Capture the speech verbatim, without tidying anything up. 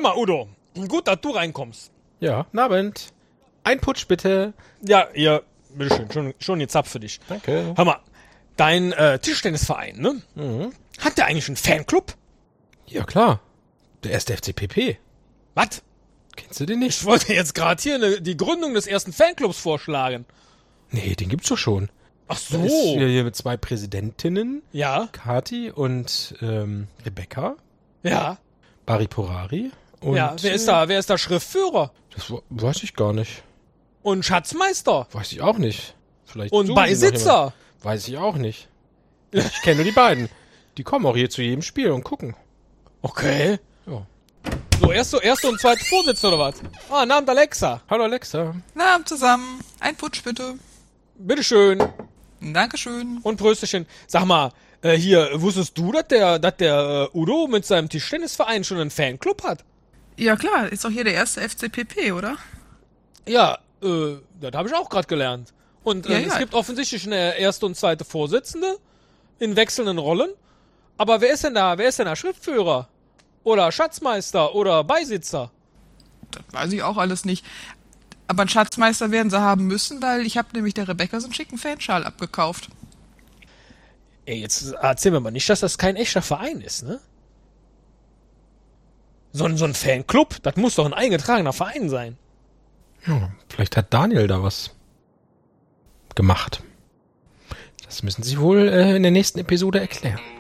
mal, Udo, gut, dass du reinkommst. Ja, guten Abend. Ein Putsch bitte. Ja, hier, bitteschön, schon, schon jetzt ab für dich. Danke. Hör mal, dein äh, Tischtennisverein, ne? Mhm. Hat der eigentlich einen Fanclub? Ja, klar. Der erste F C P P. Was? Kennst du den nicht? Ich wollte jetzt gerade hier ne, die Gründung des ersten Fanclubs vorschlagen. Nee, den gibt's doch schon. Ach so. Der ist hier, hier mit zwei Präsidentinnen. Ja, Kati und ähm, Rebecca. ja, Bari Porari. Und, ja. Wer ist da? Wer ist da Schriftführer? Das we- weiß ich gar nicht. Und Schatzmeister? Weiß ich auch nicht. Vielleicht Und suchen die noch Beisitzer? jemanden. Weiß ich auch nicht. Ich kenne nur die beiden. Die kommen auch hier zu jedem Spiel und gucken. Okay. Ja. So, erste, erste und zweite Vorsitzende oder was? Ah, Namen Alexa. Hallo Alexa. Na, zusammen. Ein Putsch bitte. Bitteschön. Dankeschön. Und Prösterchen. Sag mal, äh, hier, wusstest du, dass der, dass der äh, Udo mit seinem Tischtennisverein schon einen Fanclub hat? Ja klar, ist doch hier der erste F C P P, oder? Ja, äh, das habe ich auch gerade gelernt. Und äh, Ja, ja. es gibt offensichtlich eine erste und zweite Vorsitzende in wechselnden Rollen. Aber wer ist denn da? Wer ist denn da Schriftführer? Oder Schatzmeister oder Beisitzer? Das weiß ich auch alles nicht. Aber einen Schatzmeister werden sie haben müssen, weil ich habe nämlich der Rebecca so einen schicken Fanschal abgekauft. Ey, jetzt erzähl mir mal nicht, dass das kein echter Verein ist, ne? So ein, so ein Fanclub, das muss doch ein eingetragener Verein sein. Ja, vielleicht hat Daniel da was gemacht. Das müssen Sie wohl äh, in der nächsten Episode erklären.